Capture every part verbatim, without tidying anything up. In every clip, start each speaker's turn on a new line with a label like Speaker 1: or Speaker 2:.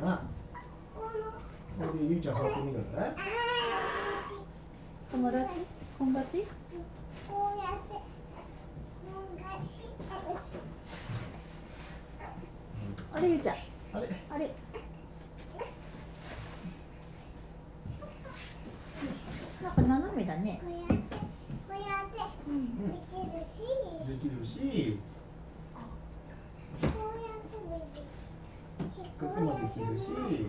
Speaker 1: な。これでゆいちゃん触ってみるね。
Speaker 2: 友達、友達。
Speaker 3: こうやって。
Speaker 2: あれゆうちゃん。
Speaker 1: あれ。
Speaker 2: あれ。なんか斜めだね。
Speaker 3: こうやって、こうやってできるし。
Speaker 1: できるし。
Speaker 3: こうやってもできるし。
Speaker 1: こうもできるし。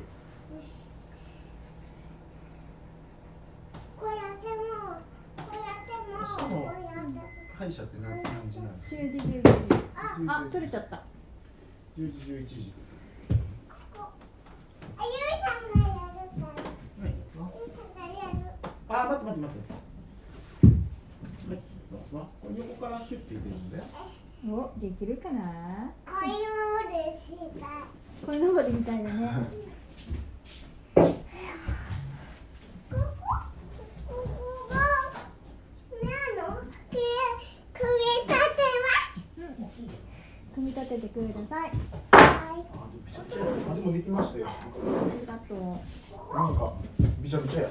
Speaker 3: こうやっても、こうやっても、こうやっても。
Speaker 1: 歯医者って何感じなの？
Speaker 2: 十時十時。あ、取れちゃった。
Speaker 1: 十時十一時。
Speaker 3: ここ。あ、ゆいさんがやるから。
Speaker 1: 何やるの？
Speaker 3: ゆいさんがやる。
Speaker 1: あ、待って待って待って。はい、どうぞ。これ横からヒュッて入れるんだよ。
Speaker 2: お、できるかな。
Speaker 3: こういうのでした。
Speaker 2: こいのぼりみたいだね。
Speaker 3: ここ、ここが。なの。く、組み立てます。
Speaker 2: うん。組み立ててください。
Speaker 3: はい。
Speaker 1: あ、でもできましたよ。
Speaker 2: ありがとう。
Speaker 1: なんかびちゃびちゃや。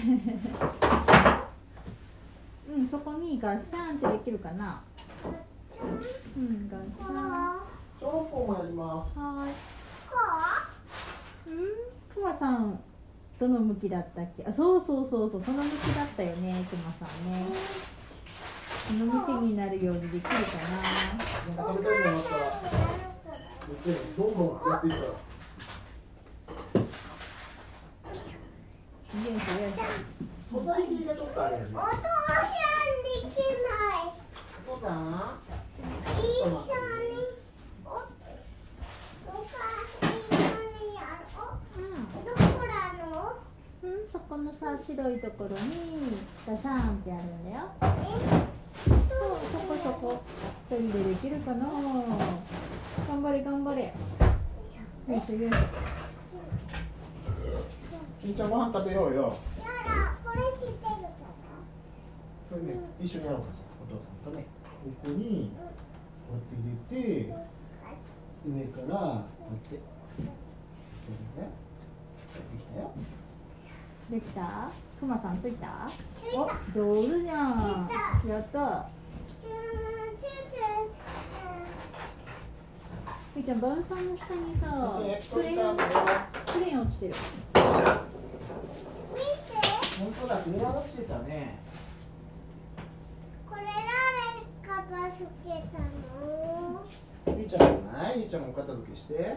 Speaker 2: うん、そこにガッシャンってできるかな。うん、ガッシャン。
Speaker 1: 小籠包もやります。
Speaker 2: はーい。
Speaker 3: こ
Speaker 2: うん、くまさん。どの向きだったっけ。あ、そうそうそうそう、その向きだったよね、くまさんね。その向きになるようにできるかな。
Speaker 1: 食べたいのあったら。どんどんやっていくから。
Speaker 2: よいしょよいしょ。
Speaker 1: 素材切りがちょっとあれやね。
Speaker 3: お父さんできない。
Speaker 1: お父さん。
Speaker 3: 一緒に。お。お母さん一緒にやろう。どこなの？
Speaker 2: うん、そこのさ、白いところにガシャンってやるんだよ。
Speaker 3: え？
Speaker 2: そう、そこそこ。一人でできるかな。頑張れ頑張れ。よいしょよいしょ。
Speaker 1: みーちゃんご飯食べようよ。
Speaker 3: やだ、これ知ってるかな。
Speaker 1: これね、一緒にやろうかしら。お父さんとね、ここにこうやって入れて、上からこうやって。そうね。できたよ。
Speaker 2: できた？くまさんついた？
Speaker 3: ついた。
Speaker 2: お、上手じゃん。やった。みーちゃん、バウさんの下にさ、クレヨン、クレヨン落ちてる。
Speaker 3: 見て。
Speaker 1: 本当だ、クレヨン落ちてたね。
Speaker 3: これ誰片付けたの？
Speaker 1: ゆいちゃんじゃない？ゆいちゃんもお片付けして。
Speaker 3: 違う。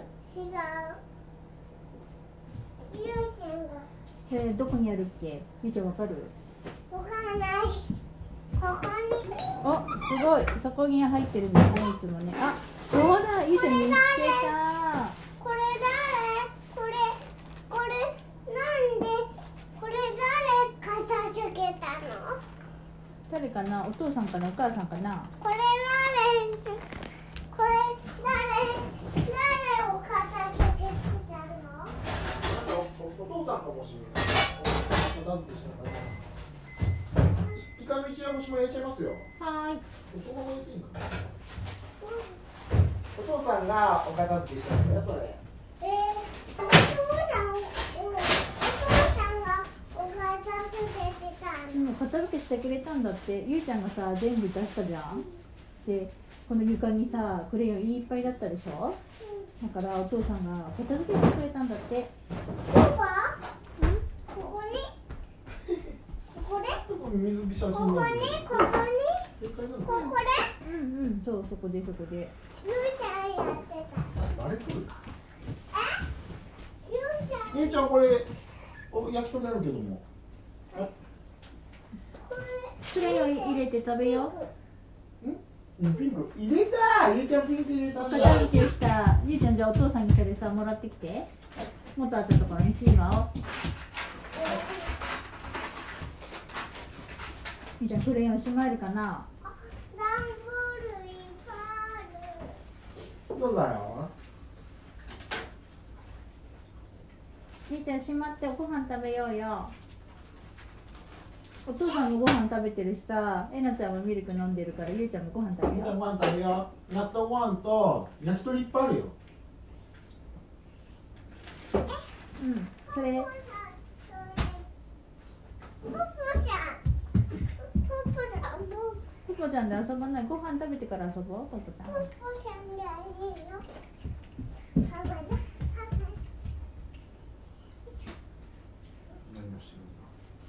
Speaker 3: ゆうちゃんが。
Speaker 2: えー、どこにあるっけ？みーちゃんわかる？
Speaker 3: わからない。ここに。
Speaker 2: お、すごい。そこに入ってるんですね、いつもね。あ、そうだ、ゆうちゃん見つけた。
Speaker 3: これ誰？これ、これ、なんで、これ誰片付けたの？
Speaker 2: 誰かな？お父さんかな？お母さんかな？
Speaker 3: これ誰？これ誰？誰を片付けたの？
Speaker 1: お父さんかもしれない。お片付けしたから。イカの一夜干しも焼いちゃいますよ。
Speaker 2: はーい。
Speaker 1: そのまま焼いていいんかな。お父さんがお片付けしたんだよ、それ。
Speaker 3: えー、お父さん、お父さんがお片付けてたの？
Speaker 2: うん、片付けしてくれたんだって。ゆうちゃんがさ、全部出したじゃん。で、この床にさ、クレヨンいっぱいだったでしょ。だからお父さんが片付けてくれたんだって。
Speaker 3: どこ？ここに？ここで？
Speaker 1: ここに水びしゃし
Speaker 3: ここに？ここに？
Speaker 1: 正解なの？
Speaker 3: ここで？
Speaker 2: うんうん、そう、そこでそこで。
Speaker 3: ゆうちゃんやってた。
Speaker 1: あれ来る？
Speaker 3: え？ゆうちゃん。
Speaker 1: ゆうちゃんこれお焼き鳥あるけども。
Speaker 2: クレヨン入れて食べよう。
Speaker 1: うん、ピンク入れた。ゆうちゃんピンク入れたんだ。
Speaker 2: 片付けしたゆうちゃん、じゃあお父さんにそれさもらってきて。元あったところにシーマーを。ゆうちゃん、クレヨンしまえるかな。
Speaker 3: ダンボールいっぱいある。
Speaker 1: どうだろ
Speaker 2: ゆうちゃん、しまってご飯食べようよ。お父さんもご飯食べてるしさ、えなちゃんもミルク飲んでるから、ゆうちゃんもご飯食
Speaker 1: う？ゆうちゃん
Speaker 2: べよ
Speaker 1: ご飯食べよう。納豆ご飯と焼き鳥いっぱいあるよ。
Speaker 3: え
Speaker 2: それ
Speaker 3: ポポちゃんポポちゃん
Speaker 2: ポポちゃんで遊ばない。ご飯食べてから遊ぼう。ポポちゃん
Speaker 3: ポポちゃんがいいの。パパだ。
Speaker 1: 何をしてるんだ。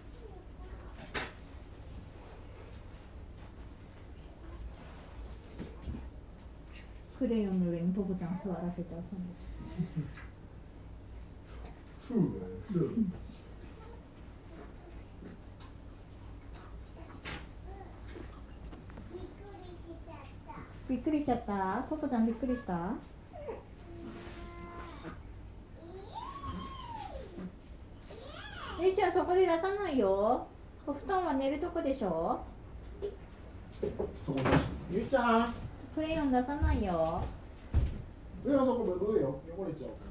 Speaker 2: クレヨンの上にポポちゃん座らせて遊んで
Speaker 1: フーだよ、フー。
Speaker 2: びっくりしちゃった。ポポちゃんびっくりした。ゆいちゃんそこで出さないよ。お布団は寝るとこでしょ。
Speaker 1: そこ出して。ゆいちゃん。
Speaker 2: クレヨン出さないよ。
Speaker 1: 上はそこブブーよ。汚れちゃうから。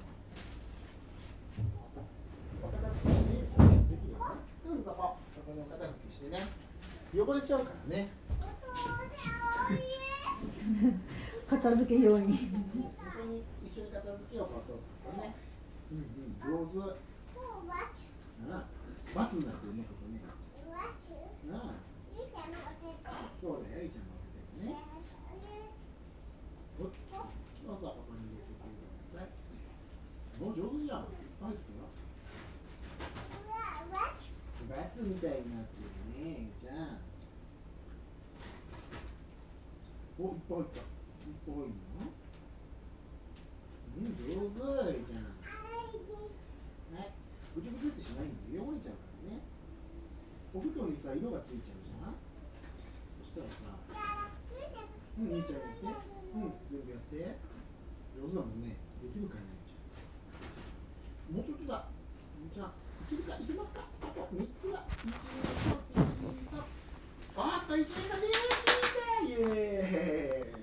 Speaker 1: お片付けしてできるよね。うん、そこ。そこにお片付けしてね。汚れちゃうからね。
Speaker 2: 片付けように。
Speaker 1: 一緒に一緒に片付けようか、お父さんとね。うんうん、上手。ああ、バツになってるね、ここね。ああ。そうだよ、ゆいちゃん乗せてるね。おっ、どうぞ、ここに入れてください。お、上手じゃん。入ってよ。バツみたいになってるね、ゆいちゃん。お、いっぱい入った。いっぱい入るの？うん、上手、ゆいちゃん。ね、ぐちゅぐちゅってしないんで汚れちゃうからね。お布団にさ、色がついちゃうじゃん。そしたらさ、うん、ゆいちゃんやって。うん、全部やって。上手だもんね。できるかいな、ゆいちゃん。もうちょっとだ。ゆいちゃん、いけるか、いけますか。あとみっつだ。いち、に、さん、いち、に、さん。あった、いち、に、さん、イエーイ。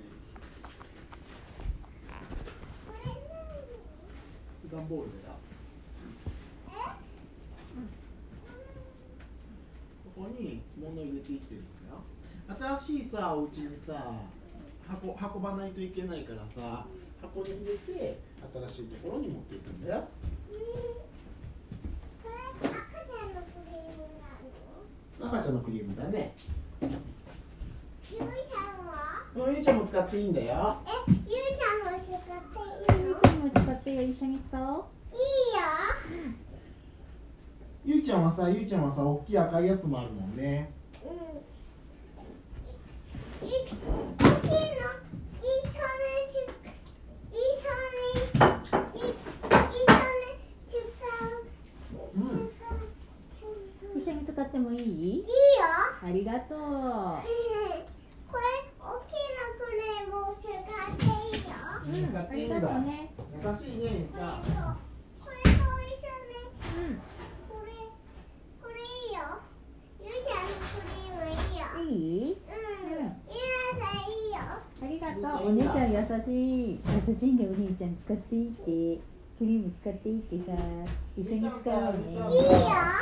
Speaker 1: 段ボールだよ。ここに物入れていってるんだよ。新しいさ、お家にさ、箱運ばないといけないからさ、箱に入れて新しいところに持っていくんだよ。
Speaker 3: これ赤ちゃんのクリームなの？
Speaker 1: 赤ちゃんのクリームだね。
Speaker 3: ゆいちゃんは？
Speaker 1: ゆいちゃんも使っていいんだよ。
Speaker 3: え、ゆいちゃんも使っていいの？
Speaker 2: ゆいちゃんも使ってよ。一緒に使おう。
Speaker 3: いいよ。
Speaker 1: ゆいちゃんはさ、ゆいちゃんはさ、大きい赤いやつもあるもんね。
Speaker 3: うん。い、大きいの。一緒に、一緒に、い、一緒に使う。
Speaker 1: うん。
Speaker 2: 一緒に使ってもいい？
Speaker 3: いいよ。
Speaker 2: ありがとう。
Speaker 3: これ、大きいのクレームを使っていいよ。
Speaker 2: うん、ありがとうね。
Speaker 1: 優しいね、ゆいちゃん。
Speaker 3: これと一緒に。
Speaker 2: うん。
Speaker 3: これ、これいいよ。ゆいちゃんのクリームいいよ。
Speaker 2: いい？
Speaker 3: うん。
Speaker 2: うん。
Speaker 3: ゆなさんいいよ。
Speaker 2: ありがとう。お姉ちゃん優しい。優しいんだよ、お姉ちゃん。使っていいって。クリーム使っていいってさ。一緒に使おうね。
Speaker 3: いいよ。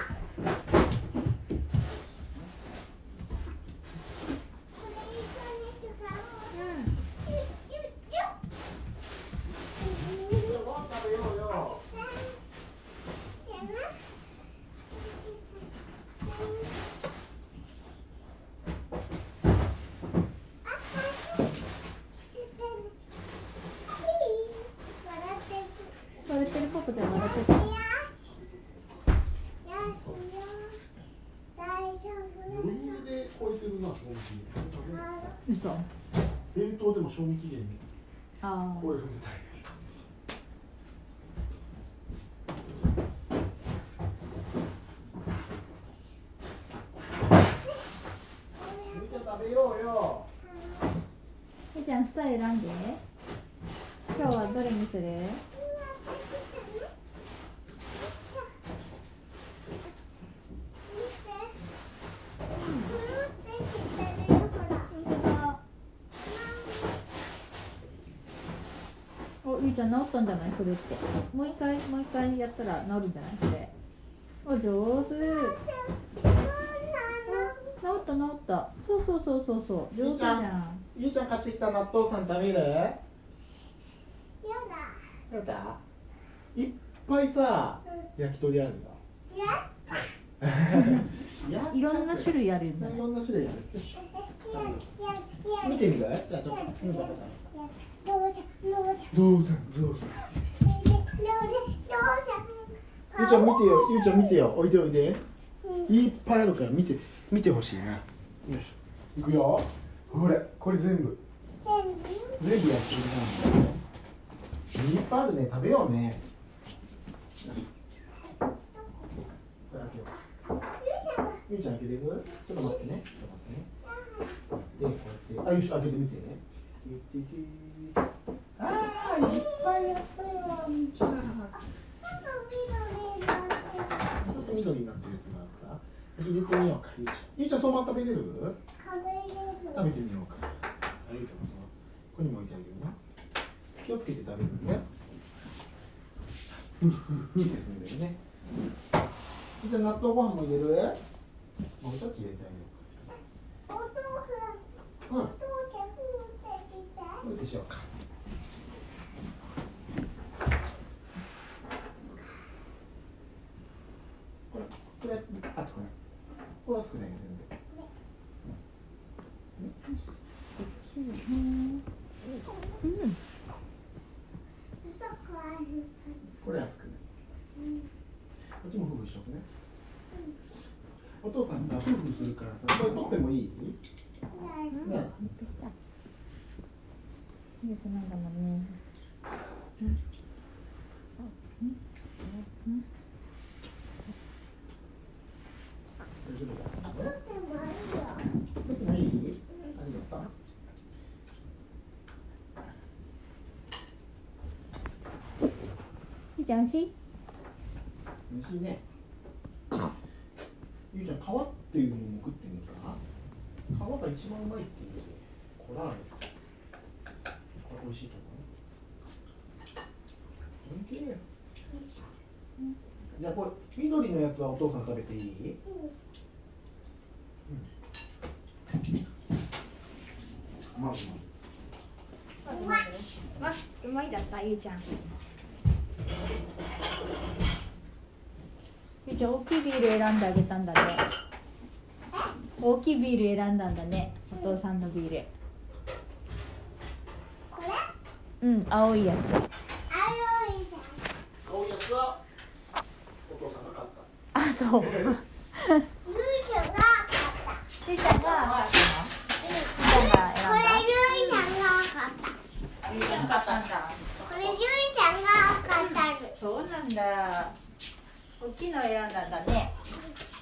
Speaker 2: 笑ってるポポちゃん笑ってた。
Speaker 1: 余裕で超えてるな、賞味期限。
Speaker 2: 嘘。
Speaker 1: 冷凍でも賞味期限に
Speaker 2: あ
Speaker 1: 超えるみたい。みちゃん食べようよ。
Speaker 2: みーちゃんスタイル選んで。今日はどれにする？お、ゆいちゃん治ったんじゃない？それって。もう一回もう一回やったら治るんじゃない？それ。お、上手。治った治った。そうそうそうそうそう。上手じゃん。
Speaker 1: ゆいちゃん買ってきた納豆さん食べる？
Speaker 3: やだ。
Speaker 1: やだ。いぱいさ焼き鳥あるよ。
Speaker 2: いろんな種類あるんだ
Speaker 1: い
Speaker 2: ね。
Speaker 1: ろんな種類ある。よし見てみる？じゃあちょっとうんパパ
Speaker 3: どうじゃどうじゃ
Speaker 1: どうだどうだ。
Speaker 3: どうじゃ
Speaker 1: ゆうちゃん見てよ、ゆうちゃん見てよ、おいでおいで。いっぱいあるから見て見てほしいな。よしいくよ。ほれこれ全部全部焼き鳥なんだよ。いっぱいあるね、食べようね。これ開けよう。ゆうちゃん開けていく？ちょっと待ってね。ちょっと待ってね。で、こうやって、あ、よし、開けてみてね。ああ、いっぱいやったよ、ゆうちゃん。ちょっと緑になってるやつがあった。入れてみようか、ゆうちゃん。ゆうちゃん、そのまま食べれる？食べてみようか。ありがとう。ここにも置いてあげるね。気をつけて食べるね。ふっふっふってすんでるね。ゆうちゃん、納豆ご飯も入れる？もうちょっと入れてあげようか。うん。こうやってしようか。これ、これ、熱くない。これ熱くないよ、全然。
Speaker 2: うん。
Speaker 1: これ熱くない。こっちもフフしとくね。お父さんさ、フフするからさ、これ取ってもいい？ね。
Speaker 2: いい子なんだもんね。
Speaker 1: 大丈夫だ。取ってもいい？ありがとう。
Speaker 2: ゆうちゃん、おいしい？
Speaker 1: 美味しいね。ゆうちゃん、皮っていうのも食ってみるかな。皮が一番うまいっていうコラーゲン。これ美味しいと思う。おいしいよ。じゃあこれ緑のやつはお父さん食べていい？うん。まず
Speaker 2: うまい。うまいだった、ゆうちゃん。ゆうちゃん、大きいビール選んであげたんだね。大きいビール選んだんだね、お父さんのビール。
Speaker 3: これ？
Speaker 2: うん、青いやつ。
Speaker 3: 青いじゃん。
Speaker 1: 青いやつはお父さんが買った。
Speaker 2: あ、そう。
Speaker 3: ゆうちゃんが買った。
Speaker 2: ゆうちゃんが。
Speaker 3: これゆいちゃんが買った。
Speaker 2: ゆうちゃん買ったんだ。
Speaker 3: これゆいちゃんが買ったる。
Speaker 2: そうなんだ。大きいの選んだんだね。